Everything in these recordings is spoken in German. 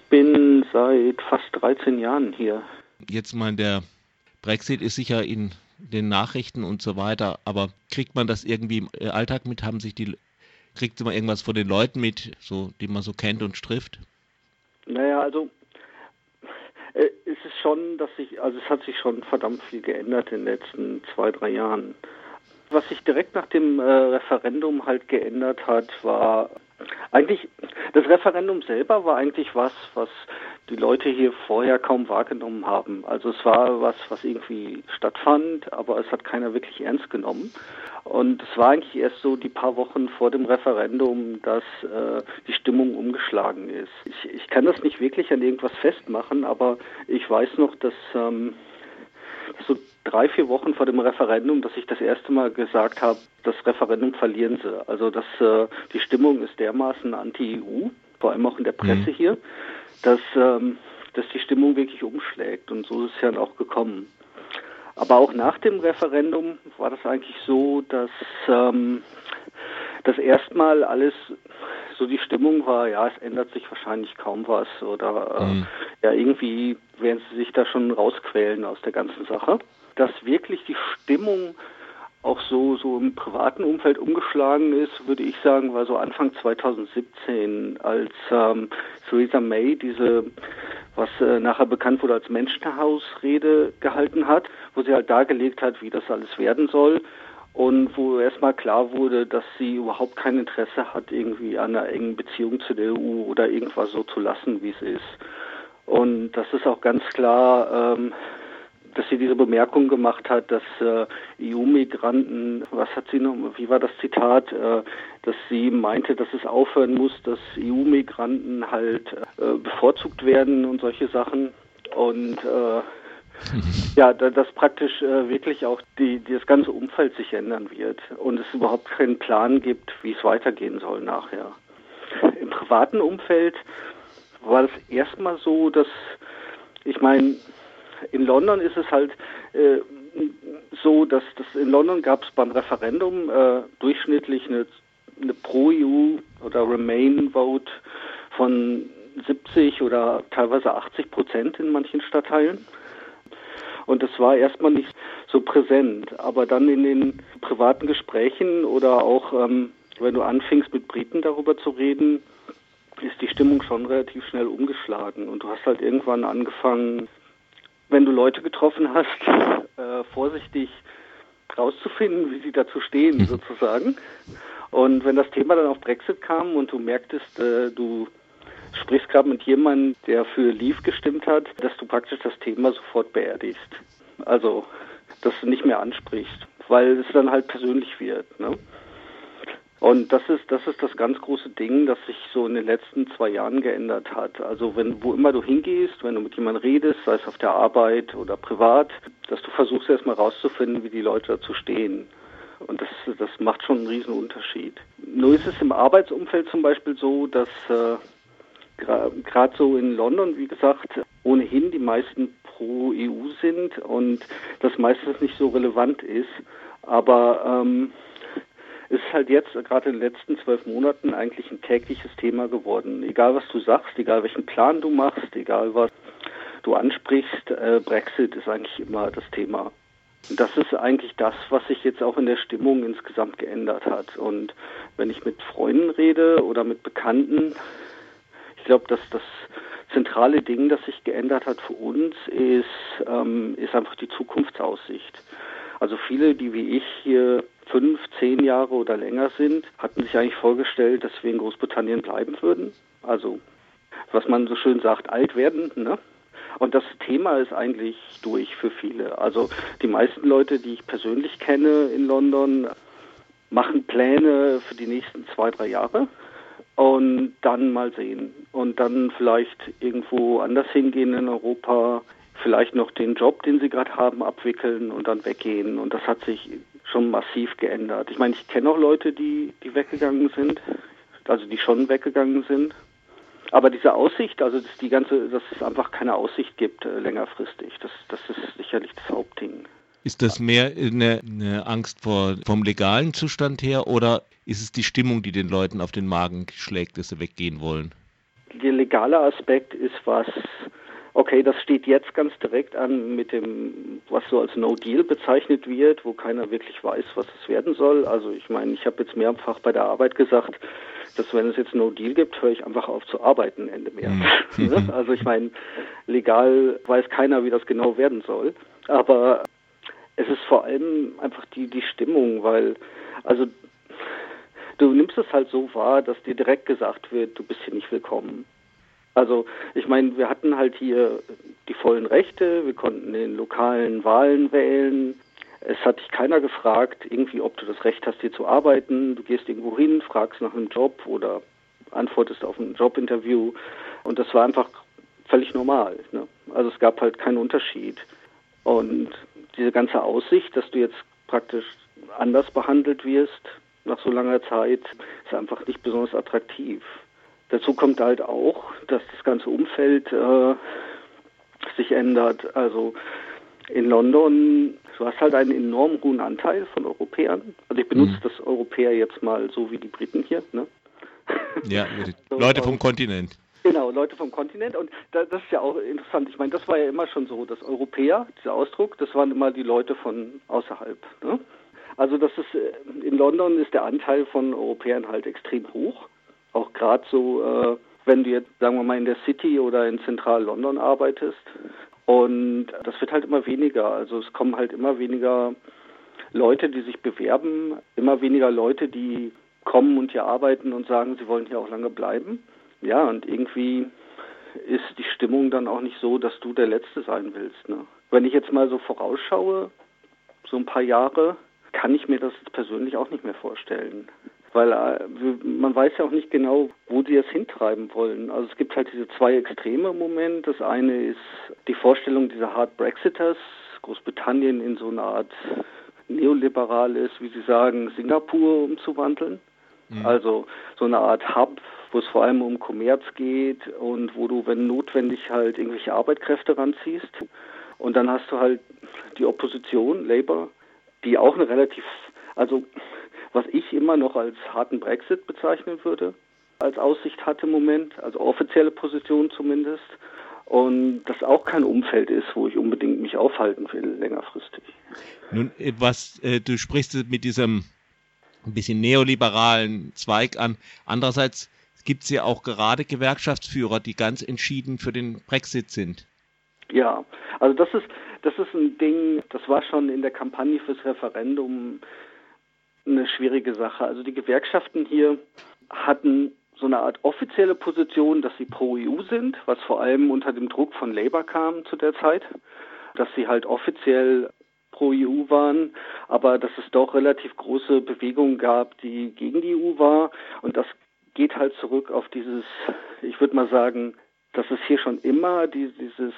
bin seit fast 13 Jahren hier. Jetzt mal, der Brexit ist sicher in den Nachrichten und so weiter, aber kriegt man das irgendwie im Alltag mit? Kriegt man irgendwas von den Leuten mit, so, die man so kennt und trifft? Naja, also es ist schon, es hat sich schon verdammt viel geändert in den letzten 2, 3 Jahren. Was sich direkt nach dem Referendum halt geändert hat, war eigentlich, das Referendum selber war eigentlich was die Leute hier vorher kaum wahrgenommen haben. Also es war was irgendwie stattfand, aber es hat keiner wirklich ernst genommen. Und es war eigentlich erst so die paar Wochen vor dem Referendum, dass die Stimmung umgeschlagen ist. Ich kann das nicht wirklich an irgendwas festmachen, aber ich weiß noch, dass so 3, 4 Wochen vor dem Referendum, dass ich das erste Mal gesagt habe, das Referendum verlieren sie. Also dass die Stimmung ist dermaßen anti-EU, vor allem auch in der Presse hier, dass die Stimmung wirklich umschlägt. Und so ist es ja auch gekommen. Aber auch nach dem Referendum war das eigentlich so, dass erstmal alles so die Stimmung war, ja, es ändert sich wahrscheinlich kaum was oder ja, irgendwie werden sie sich da schon rausquälen aus der ganzen Sache. Dass wirklich die Stimmung auch so im privaten Umfeld umgeschlagen ist, würde ich sagen, war so Anfang 2017, als Theresa May was nachher bekannt wurde als Menschenhausrede gehalten hat, wo sie halt dargelegt hat, wie das alles werden soll. Und wo erstmal klar wurde, dass sie überhaupt kein Interesse hat, irgendwie an einer engen Beziehung zu der EU oder irgendwas so zu lassen, wie es ist. Und das ist auch ganz klar, dass sie diese Bemerkung gemacht hat, dass EU-Migranten, wie war das Zitat, dass sie meinte, dass es aufhören muss, dass EU-Migranten halt bevorzugt werden und solche Sachen. Und ja, dass praktisch wirklich auch das ganze Umfeld sich ändern wird und es überhaupt keinen Plan gibt, wie es weitergehen soll nachher. Im privaten Umfeld war es erstmal so, dass, ich meine, in London ist es halt so, dass in London gab es beim Referendum durchschnittlich eine Pro-EU oder Remain-Vote von 70 oder teilweise 80% in manchen Stadtteilen. Und das war erstmal nicht so präsent. Aber dann in den privaten Gesprächen oder auch, wenn du anfingst mit Briten darüber zu reden, ist die Stimmung schon relativ schnell umgeschlagen. Und du hast halt irgendwann angefangen, wenn du Leute getroffen hast, vorsichtig rauszufinden, wie sie dazu stehen, sozusagen. Und wenn das Thema dann auf Brexit kam und du merktest, du sprichst gerade mit jemandem, der für Leave gestimmt hat, dass du praktisch das Thema sofort beerdigst. Also, dass du nicht mehr ansprichst, weil es dann halt persönlich wird, ne? Und das ist das ganz große Ding, das sich so in den letzten 2 Jahren geändert hat. Also wo immer du hingehst, wenn du mit jemandem redest, sei es auf der Arbeit oder privat, dass du versuchst erstmal rauszufinden, wie die Leute dazu stehen. Und das macht schon einen riesen Unterschied. Nur ist es im Arbeitsumfeld zum Beispiel so, dass gerade so in London, wie gesagt, ohnehin die meisten pro EU sind und das meistens nicht so relevant ist. Aber es ist halt jetzt, gerade in den letzten 12 Monaten, eigentlich ein tägliches Thema geworden. Egal was du sagst, egal welchen Plan du machst, egal was du ansprichst, Brexit ist eigentlich immer das Thema. Und das ist eigentlich das, was sich jetzt auch in der Stimmung insgesamt geändert hat. Und wenn ich mit Freunden rede oder mit Bekannten, ich glaube, dass das zentrale Ding, das sich geändert hat für uns, ist einfach die Zukunftsaussicht. Also viele, die wie ich hier 5, 10 Jahre oder länger sind, hatten sich eigentlich vorgestellt, dass wir in Großbritannien bleiben würden. Also, was man so schön sagt, alt werden, ne? Und das Thema ist eigentlich durch für viele. Also die meisten Leute, die ich persönlich kenne in London, machen Pläne für die nächsten 2, 3 Jahre und dann mal sehen. Und dann vielleicht irgendwo anders hingehen in Europa, vielleicht noch den Job, den sie gerade haben, abwickeln und dann weggehen. Und das hat sich schon massiv geändert. Ich meine, ich kenne auch Leute, die weggegangen sind, also die schon weggegangen sind. Aber diese Aussicht, also dass es einfach keine Aussicht gibt längerfristig, das ist sicherlich das Hauptding. Ist das mehr eine Angst vom legalen Zustand her oder ist es die Stimmung, die den Leuten auf den Magen schlägt, dass sie weggehen wollen? der legale Aspekt ist was, okay, das steht jetzt ganz direkt an mit dem, was so als No Deal bezeichnet wird, wo keiner wirklich weiß, was es werden soll. Also ich meine, ich habe jetzt mehrfach bei der Arbeit gesagt, dass wenn es jetzt No Deal gibt, höre ich einfach auf zu arbeiten Ende März. Also ich meine, legal weiß keiner, wie das genau werden soll. Aber es ist vor allem einfach die Stimmung, weil, also du nimmst es halt so wahr, dass dir direkt gesagt wird, du bist hier nicht willkommen. Also ich meine, wir hatten halt hier die vollen Rechte, wir konnten in lokalen Wahlen wählen. Es hat dich keiner gefragt, irgendwie, ob du das Recht hast, hier zu arbeiten. Du gehst irgendwo hin, fragst nach einem Job oder antwortest auf ein Jobinterview. Und das war einfach völlig normal. Ne? Also es gab halt keinen Unterschied. Und diese ganze Aussicht, dass du jetzt praktisch anders behandelt wirst nach so langer Zeit, ist einfach nicht besonders attraktiv. Dazu kommt halt auch, dass das ganze Umfeld sich ändert. Also in London, du hast halt einen enorm hohen Anteil von Europäern. Also ich benutze das Europäer jetzt mal so wie die Briten hier. Ne? Ja, Leute vom Kontinent. Genau, Leute vom Kontinent. Und das ist ja auch interessant. Ich meine, das war ja immer schon so, dass Europäer, dieser Ausdruck, das waren immer die Leute von außerhalb. Ne? Also das ist, in London ist der Anteil von Europäern halt extrem hoch. Auch gerade so, wenn du jetzt, sagen wir mal, in der City oder in Zentral-London arbeitest. Und das wird halt immer weniger. Also es kommen halt immer weniger Leute, die sich bewerben, immer weniger Leute, die kommen und hier arbeiten und sagen, sie wollen hier auch lange bleiben. Ja, und irgendwie ist die Stimmung dann auch nicht so, dass du der Letzte sein willst. Ne? Wenn ich jetzt mal so vorausschaue, so ein paar Jahre, kann ich mir das jetzt persönlich auch nicht mehr vorstellen. Weil man weiß ja auch nicht genau, wo die das hintreiben wollen. Also es gibt halt diese zwei Extreme im Moment. Das eine ist die Vorstellung dieser Hard Brexiters, Großbritannien in so eine Art neoliberales, wie sie sagen, Singapur umzuwandeln. Also so eine Art Hub, wo es vor allem um Kommerz geht und wo du, wenn notwendig, halt irgendwelche Arbeitskräfte ranziehst. Und dann hast du halt die Opposition, Labour, die auch eine relativ, also was ich immer noch als harten Brexit bezeichnen würde, als Aussicht hat im Moment, also offizielle Position zumindest. Und das auch kein Umfeld ist, wo ich unbedingt mich aufhalten will, längerfristig. Nun, du sprichst mit diesem ein bisschen neoliberalen Zweig an. Andererseits gibt es ja auch gerade Gewerkschaftsführer, die ganz entschieden für den Brexit sind. Ja, also das ist ein Ding, das war schon in der Kampagne fürs Referendum eine schwierige Sache. Also die Gewerkschaften hier hatten so eine Art offizielle Position, dass sie pro EU sind, was vor allem unter dem Druck von Labour kam zu der Zeit, dass sie halt offiziell pro EU waren, aber dass es doch relativ große Bewegungen gab, die gegen die EU war. Und das geht halt zurück auf dieses, ich würde mal sagen, dass es hier schon immer dieses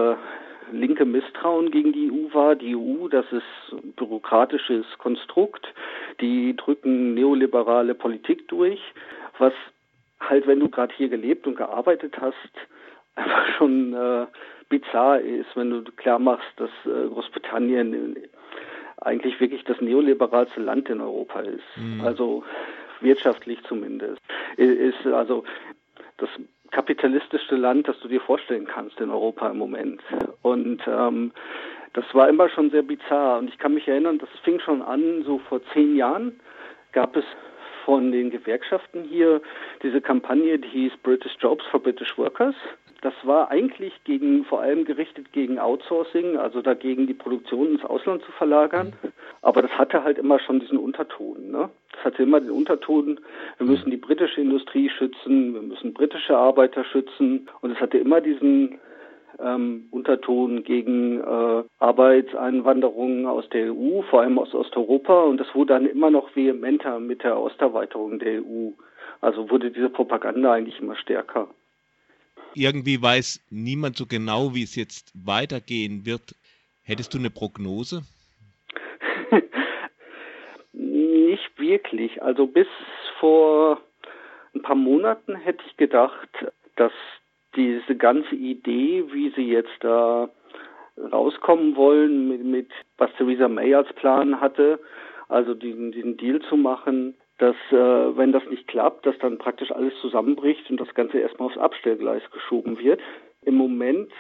linke Misstrauen gegen die EU war. Die EU, das ist ein bürokratisches Konstrukt, die drücken neoliberale Politik durch, was halt, wenn du gerade hier gelebt und gearbeitet hast, einfach schon bizarr ist, wenn du klar machst, dass Großbritannien eigentlich wirklich das neoliberalste Land in Europa ist. Also wirtschaftlich zumindest. Ist also das kapitalistischste Land, das du dir vorstellen kannst in Europa im Moment. Und das war immer schon sehr bizarr. Und ich kann mich erinnern, das fing schon an, so vor 10 Jahren gab es von den Gewerkschaften hier diese Kampagne, die hieß British Jobs for British Workers. Das war eigentlich vor allem gerichtet gegen Outsourcing, also dagegen die Produktion ins Ausland zu verlagern. Aber das hatte halt immer schon diesen Unterton. Ne? Das hatte immer den Unterton, wir müssen die britische Industrie schützen, wir müssen britische Arbeiter schützen. Und es hatte immer diesen Unterton gegen Arbeitseinwanderung aus der EU, vor allem aus Osteuropa. Und das wurde dann immer noch vehementer mit der Osterweiterung der EU. Also wurde diese Propaganda eigentlich immer stärker. Irgendwie weiß niemand so genau, wie es jetzt weitergehen wird. Hättest du eine Prognose? Nicht wirklich. Also bis vor ein paar Monaten hätte ich gedacht, dass diese ganze Idee, wie sie jetzt da rauskommen wollen, mit was Theresa May als Plan hatte, also diesen Deal zu machen, dass wenn das nicht klappt, dass dann praktisch alles zusammenbricht und das Ganze erstmal aufs Abstellgleis geschoben wird. Im Moment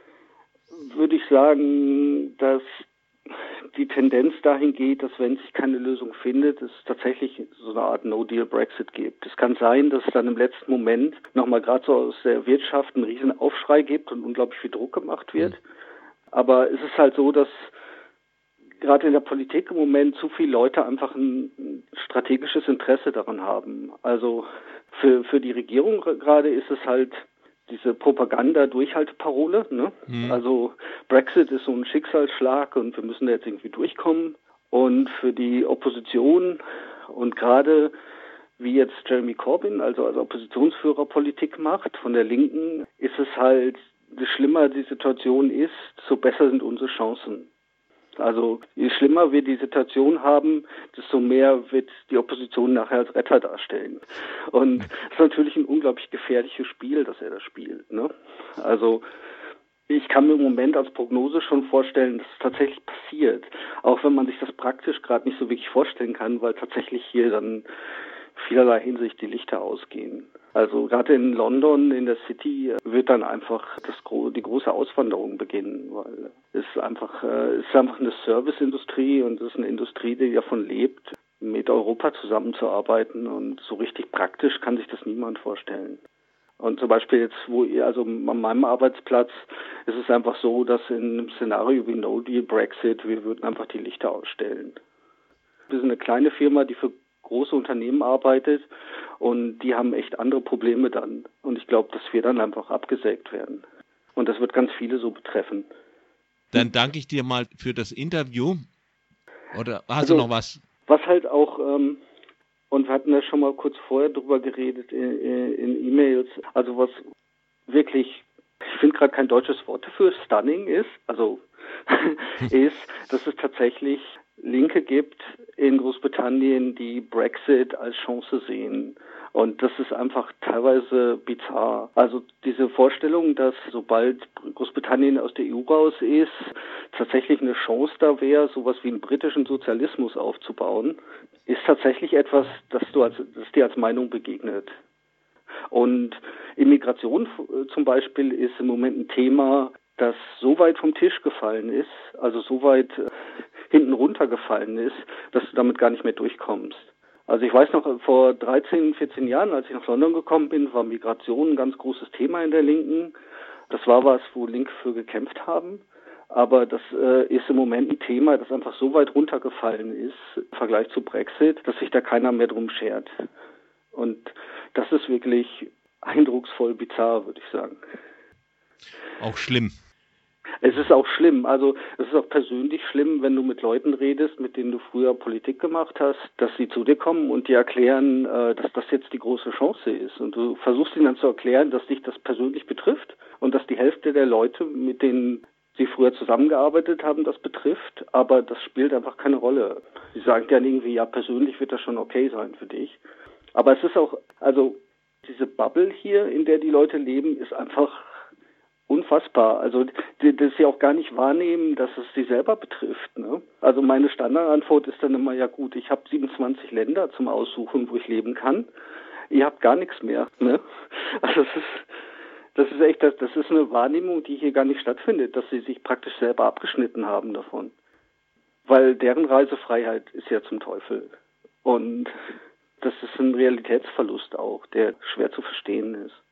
würde ich sagen, dass die Tendenz dahin geht, dass wenn sich keine Lösung findet, es tatsächlich so eine Art No-Deal-Brexit gibt. Es kann sein, dass es dann im letzten Moment nochmal gerade so aus der Wirtschaft einen riesen Aufschrei gibt und unglaublich viel Druck gemacht wird. Aber es ist halt so, dass gerade in der Politik im Moment zu viele Leute einfach ein strategisches Interesse daran haben. Also für die Regierung gerade ist es halt diese Propaganda-Durchhalteparole, ne? Also Brexit ist so ein Schicksalsschlag und wir müssen da jetzt irgendwie durchkommen. Und für die Opposition und gerade wie jetzt Jeremy Corbyn, also als Oppositionsführer Politik macht, von der Linken, ist es halt, je schlimmer die Situation ist, so besser sind unsere Chancen. Also je schlimmer wir die Situation haben, desto mehr wird die Opposition nachher als Retter darstellen. Und es ist natürlich ein unglaublich gefährliches Spiel, das er da spielt, ne? Also ich kann mir im Moment als Prognose schon vorstellen, dass es tatsächlich passiert. Auch wenn man sich das praktisch gerade nicht so wirklich vorstellen kann, weil tatsächlich hier dann vielerlei Hinsicht die Lichter ausgehen. Also gerade in London, in der City, wird dann einfach die große Auswanderung beginnen, weil es ist einfach eine Serviceindustrie und es ist eine Industrie, die davon lebt, mit Europa zusammenzuarbeiten und so richtig praktisch kann sich das niemand vorstellen. Und zum Beispiel jetzt, also an meinem Arbeitsplatz ist es einfach so, dass in einem Szenario wie No-Deal-Brexit, wir würden einfach die Lichter ausstellen. Wir sind eine kleine Firma, die für große Unternehmen arbeitet und die haben echt andere Probleme dann. Und ich glaube, dass wir dann einfach abgesägt werden. Und das wird ganz viele so betreffen. Dann danke ich dir mal für das Interview. Oder hast du noch was? Was halt auch, und wir hatten ja schon mal kurz vorher drüber geredet in E-Mails, also was wirklich, ich finde gerade kein deutsches Wort dafür, stunning ist, also ist, dass es tatsächlich Linke gibt in Großbritannien, die Brexit als Chance sehen. Und das ist einfach teilweise bizarr. Also diese Vorstellung, dass sobald Großbritannien aus der EU raus ist, tatsächlich eine Chance da wäre, sowas wie einen britischen Sozialismus aufzubauen, ist tatsächlich etwas, das dir als Meinung begegnet. Und Immigration zum Beispiel ist im Moment ein Thema, das so weit vom Tisch gefallen ist, also so weit hinten runtergefallen ist, dass du damit gar nicht mehr durchkommst. Also ich weiß noch, vor 13, 14 Jahren, als ich nach London gekommen bin, war Migration ein ganz großes Thema in der Linken. Das war was, wo Linke für gekämpft haben. Aber das ist im Moment ein Thema, das einfach so weit runtergefallen ist im Vergleich zu Brexit, dass sich da keiner mehr drum schert. Und das ist wirklich eindrucksvoll bizarr, würde ich sagen. Auch schlimm. Es ist auch schlimm, also es ist auch persönlich schlimm, wenn du mit Leuten redest, mit denen du früher Politik gemacht hast, dass sie zu dir kommen und dir erklären, dass das jetzt die große Chance ist. Und du versuchst ihnen dann zu erklären, dass dich das persönlich betrifft und dass die Hälfte der Leute, mit denen sie früher zusammengearbeitet haben, das betrifft, aber das spielt einfach keine Rolle. Sie sagen dann irgendwie, ja, persönlich wird das schon okay sein für dich. Aber es ist auch, also diese Bubble hier, in der die Leute leben, ist einfach unfassbar. Also dass sie auch gar nicht wahrnehmen, dass es sie selber betrifft. Ne? Also meine Standardantwort ist dann immer, ja gut, ich habe 27 Länder zum Aussuchen, wo ich leben kann. Ihr habt gar nichts mehr. Ne? Also das ist echt, das ist eine Wahrnehmung, die hier gar nicht stattfindet, dass sie sich praktisch selber abgeschnitten haben davon. Weil deren Reisefreiheit ist ja zum Teufel. Und das ist ein Realitätsverlust auch, der schwer zu verstehen ist.